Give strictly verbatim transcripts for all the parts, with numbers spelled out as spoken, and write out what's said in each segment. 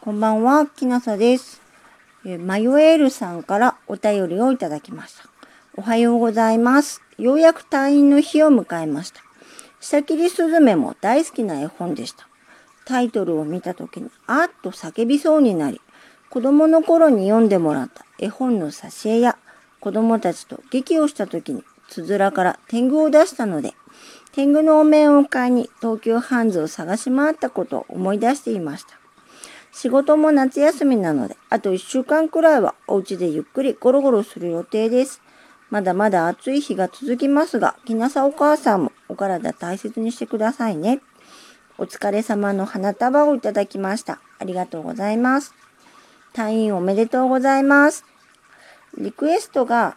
こんばんは、きなさです。えー、マヨエールさんからお便りをいただきました。おはようございます。ようやく退院の日を迎えました。下切りすずめも大好きな絵本でした。タイトルを見た時にあっと叫びそうになり、子供の頃に読んでもらった絵本の挿絵や子供たちと劇をした時につづらから天狗を出したので、天狗のお面を買いに東急ハンズを探し回ったことを思い出していました。仕事も夏休みなので、あといっしゅうかんくらいはお家でゆっくりゴロゴロする予定です。まだまだ暑い日が続きますが、きなさお母さんもお体大切にしてくださいね。お疲れ様の花束をいただきました。ありがとうございます。退院おめでとうございます。リクエストが、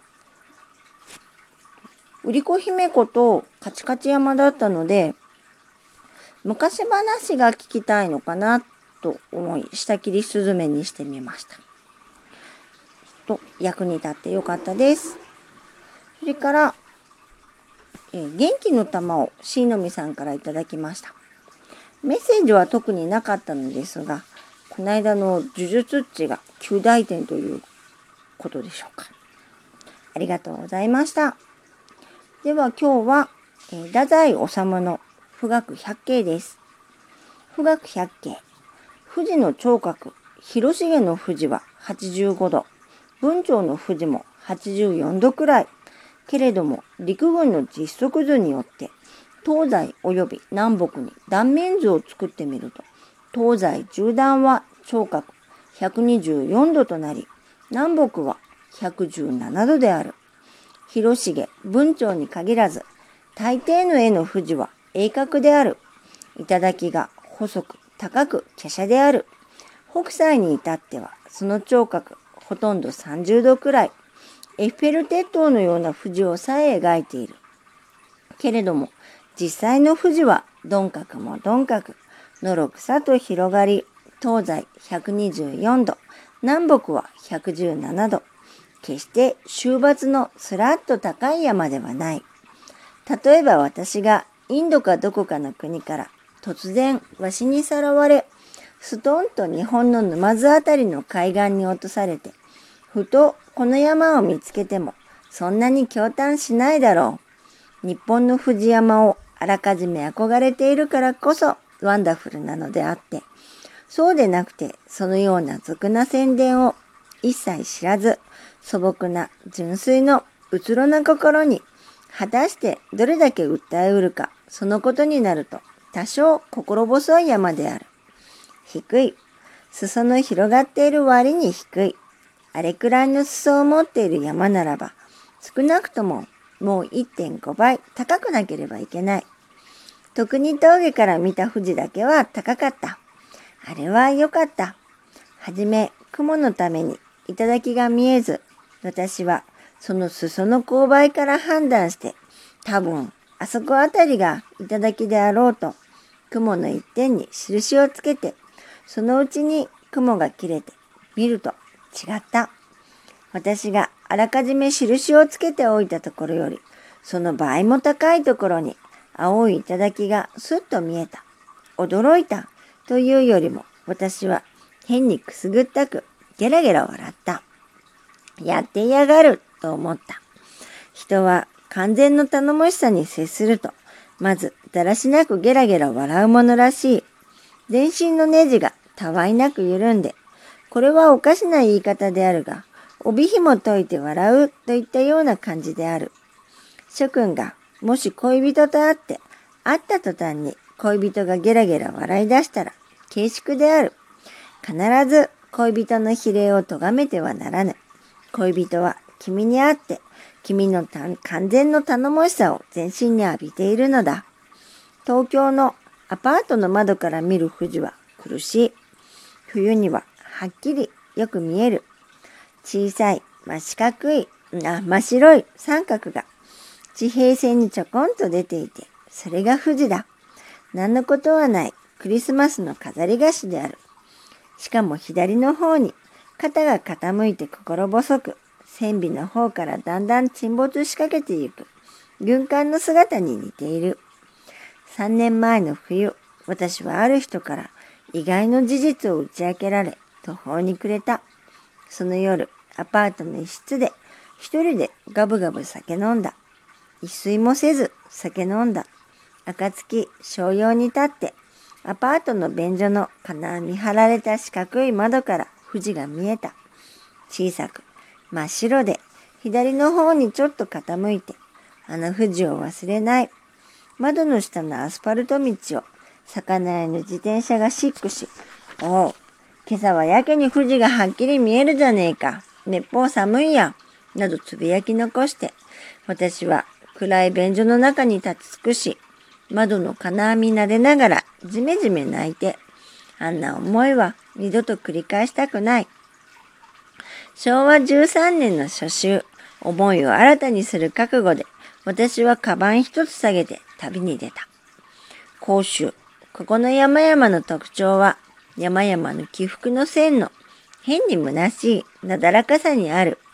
売り子姫子とカチカチ山だったので、昔話が聞きたいのかなと思い、下切りすずめにしてみました。と、役に立ってよかったです。それから、えー、元気の玉をしのみさんからいただきました。メッセージは特になかったのですが、この間の呪術っちがきゅう大点ということでしょうか。ありがとうございました。では今日は、えー、太宰治の富岳百景です。富岳百景。富士の頂角、広重の富士ははちじゅうごど、文鳥の富士もはちじゅうよんどくらい。けれども陸軍の実測図によって東西及び南北に断面図を作ってみると、東西縦断は頂角ひゃくにじゅうよんどとなり、南北はひゃくじゅうななどである。広重、文鳥に限らず、大抵の絵の富士は鋭角である。頂が細く高く華奢である。北斎に至ってはその頂角ほとんどさんじゅうどくらい。エッフェル鉄塔のような富士をさえ描いている。けれども実際の富士は鈍角も鈍角、のろくさと広がり、東西ひゃくにじゅうよんど、南北はひゃくじゅうななど。決して終抜のすらっと高い山ではない。例えば私がインドかどこかの国から突然わしにさらわれ、ストンと日本の沼津あたりの海岸に落とされて、ふとこの山を見つけてもそんなに驚嘆しないだろう。日本の富士山をあらかじめ憧れているからこそワンダフルなのであって、そうでなくてそのような俗な宣伝を一切知らず、素朴な純粋のうつろな心に果たしてどれだけ訴えうるか、そのことになると多少心細い山である。低い。裾の広がっている割に低い。あれくらいの裾を持っている山ならば、少なくとももう いってんごばい高くなければいけない。特に峠から見た富士だけは高かった。あれは良かった。はじめ雲のために頂が見えず、私はその裾の勾配から判断して、多分あそこあたりが頂であろうと、雲の一点に印をつけて、そのうちに雲が切れて見ると違った。私があらかじめ印をつけておいたところより、その倍も高いところに青い頂がすっと見えた。驚いたというよりも、私は変にくすぐったくゲラゲラ笑った。やってやがると思った。人は完全の頼もしさに接すると、まずだらしなくゲラゲラ笑うものらしい。全身のネジがたわいなく緩んで、これはおかしな言い方であるが、帯紐解いて笑うといったような感じである。諸君がもし恋人と会って、会った途端に恋人がゲラゲラ笑い出したら、軽粛である。必ず恋人の比例を咎めてはならぬ。恋人は君に会って、君の完全の頼もしさを全身に浴びているのだ。東京のアパートの窓から見る富士は苦しい。冬にははっきりよく見える。小さい真四角い、あ、真っ白い三角が地平線にちょこんと出ていて、それが富士だ。何のことはないクリスマスの飾り菓子である。しかも左の方に肩が傾いて心細く、船尾の方からだんだん沈没しかけてゆく軍艦の姿に似ている。三年前の冬、私はある人から意外の事実を打ち明けられ、 途方に暮れた。その夜、アパートの一室で一人でガブガブ酒飲んだ。一睡もせず酒飲んだ。暁商用に立って、アパートの便所の金網張られた四角い窓から富士が見えた。小さく、真っ白で、左の方にちょっと傾いて、あの富士を忘れない。窓の下のアスファルト道を、魚屋の自転車がシックし、おう、今朝はやけに富士がはっきり見えるじゃねえか。めっぽう寒いや。などつぶやき残して、私は暗い便所の中に立ち尽くし、窓の金網撫でながらじめじめ泣いて、あんな思いは二度と繰り返したくない。しょうわじゅうさんねんの初秋、思いを新たにする覚悟で、私はカバン一つ下げて旅に出た。甲州、ここの山々の特徴は、山々の起伏の線の変に虚しいなだらかさにある。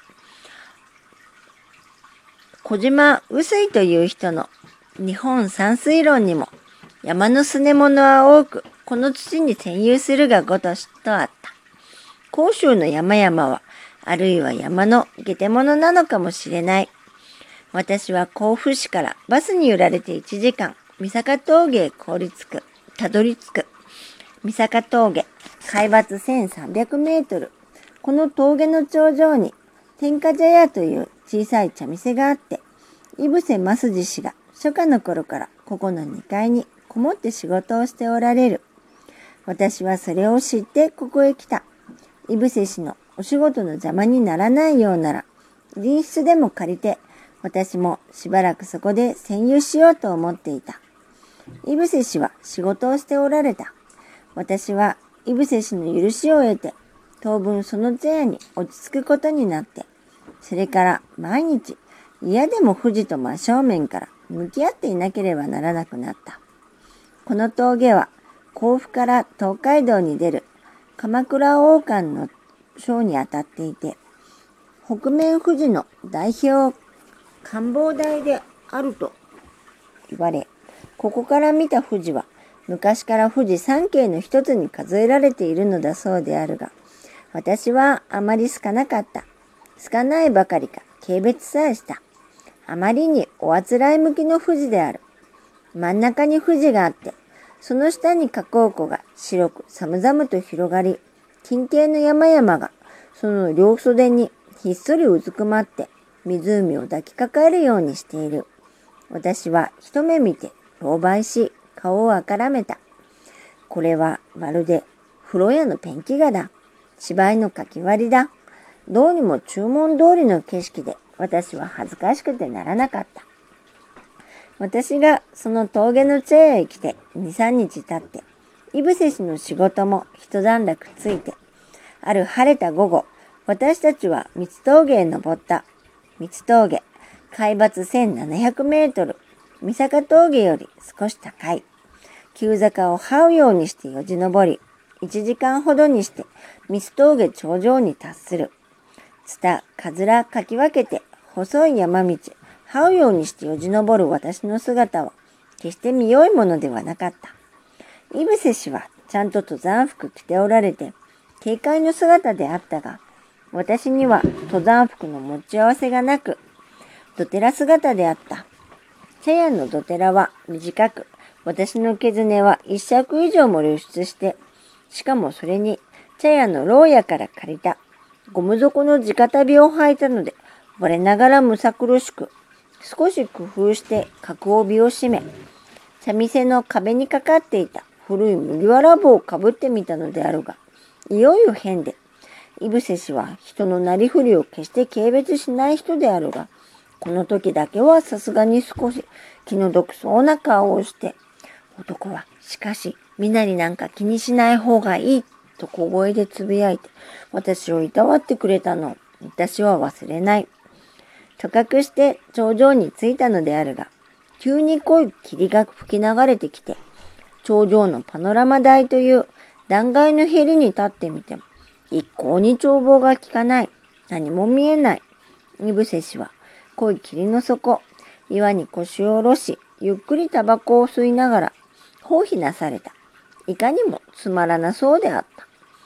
小島臼井という人の日本山水論にも、山のすね物は多く、この土に占有するがごとしとあった。甲州の山々は、あるいは山の下手物なのかもしれない。私は甲府市からバスに揺られていちじかん、三坂峠へ凍りつく、たどり着く。三坂峠、海抜せんさんびゃくメートル。この峠の頂上に、天下茶屋という小さい茶店があって、井伏正次氏が初夏の頃からここのにかいにこもって仕事をしておられる。私はそれを知ってここへ来た。井伏氏のお仕事の邪魔にならないようなら、隣室でも借りて、私もしばらくそこで占有しようと思っていた。井伏氏は仕事をしておられた。私は井伏氏の許しを得て、当分その茶屋に落ち着くことになって、それから毎日嫌でも富士と真正面から向き合っていなければならなくなった。この峠は甲府から東海道に出る鎌倉王冠の章にあたっていて、北面富士の代表観望台であると言われ、ここから見た富士は昔から富士山系の一つに数えられているのだそうであるが、私はあまり好かなかった。好かないばかりか軽蔑さえした。あまりにおあつらい向きの富士である。真ん中に富士があって、その下に河口湖が白く寒々と広がり、近景の山々がその両袖にひっそりうずくまって湖を抱きかかえるようにしている。私は一目見て狼狽し、顔をあからめた。これはまるで風呂屋のペンキ画だ。芝居の書き割りだ。どうにも注文通りの景色で私は恥ずかしくてならなかった。私がその峠の茶屋へ来てに、さんにち経って、井伏氏の仕事も一段落ついて、ある晴れた午後、私たちは三峠へ登った。三峠、海抜せんななひゃくメートル、三坂峠より少し高い。急坂を這うようにしてよじ登り、いちじかんほどにして三峠頂上に達する。ツタ、カズラかき分けて細い山道、這うようにしてよじ登る私の姿は決して見よいものではなかった。井伏氏はちゃんと登山服着ておられて、軽快の姿であったが、私には登山服の持ち合わせがなく、ドテラ姿であった。茶屋のドテラは短く、私の毛爪は一尺以上も露出して、しかもそれに茶屋の牢屋から借りたゴム底の直旅を履いたので、我ながらむさ苦しく、少し工夫して角帯を締め、茶店の壁にかかっていた古い麦わら帽をかぶってみたのであるが、いよいよ変で、井伏氏は人のなりふりを決して軽蔑しない人であるが、この時だけはさすがに少し気の毒そうな顔をして、男はしかし身なりなんか気にしない方がいいと小声でつぶやいて、私をいたわってくれたのを私は忘れない。とかくして頂上に着いたのであるが、急に濃い霧が吹き流れてきて、頂上のパノラマ台という断崖のへりに立ってみても、一向に眺望が効かない。何も見えない。井伏氏は濃い霧の底、岩に腰を下ろし、ゆっくりタバコを吸いながら、放棄なされた。いかにもつまらなそうであった。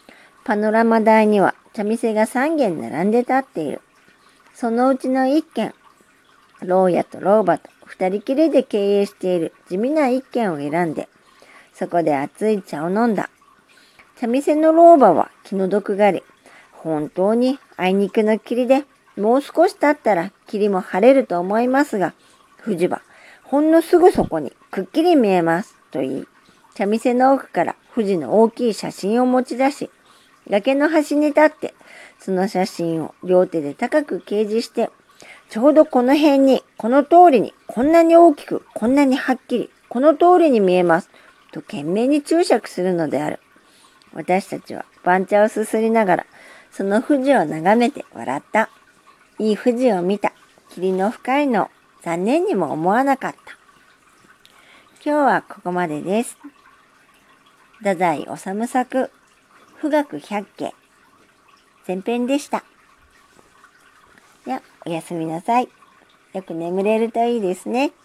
パノラマ台には茶店がさん軒並んで立っている。そのうちのいっ軒、老婆と老婆と二人きりで経営している地味な一軒を選んで、そこで熱い茶を飲んだ。茶店の老婆は気の毒がり、本当にあいにくの霧で、もう少し経ったら霧も晴れると思いますが、富士はほんのすぐそこにくっきり見えますと言い、茶店の奥から富士の大きい写真を持ち出し、崖の端に立って、その写真を両手で高く掲示して、ちょうどこの辺に、この通りに、こんなに大きく、こんなにはっきり、この通りに見えます、と懸命に注釈するのである。私たちは番茶をすすりながら、その富士を眺めて笑った。いい富士を見た。霧の深いのを残念にも思わなかった。今日はここまでです。太宰治作、富岳百景前編でした。では、おやすみなさい。よく眠れるといいですね。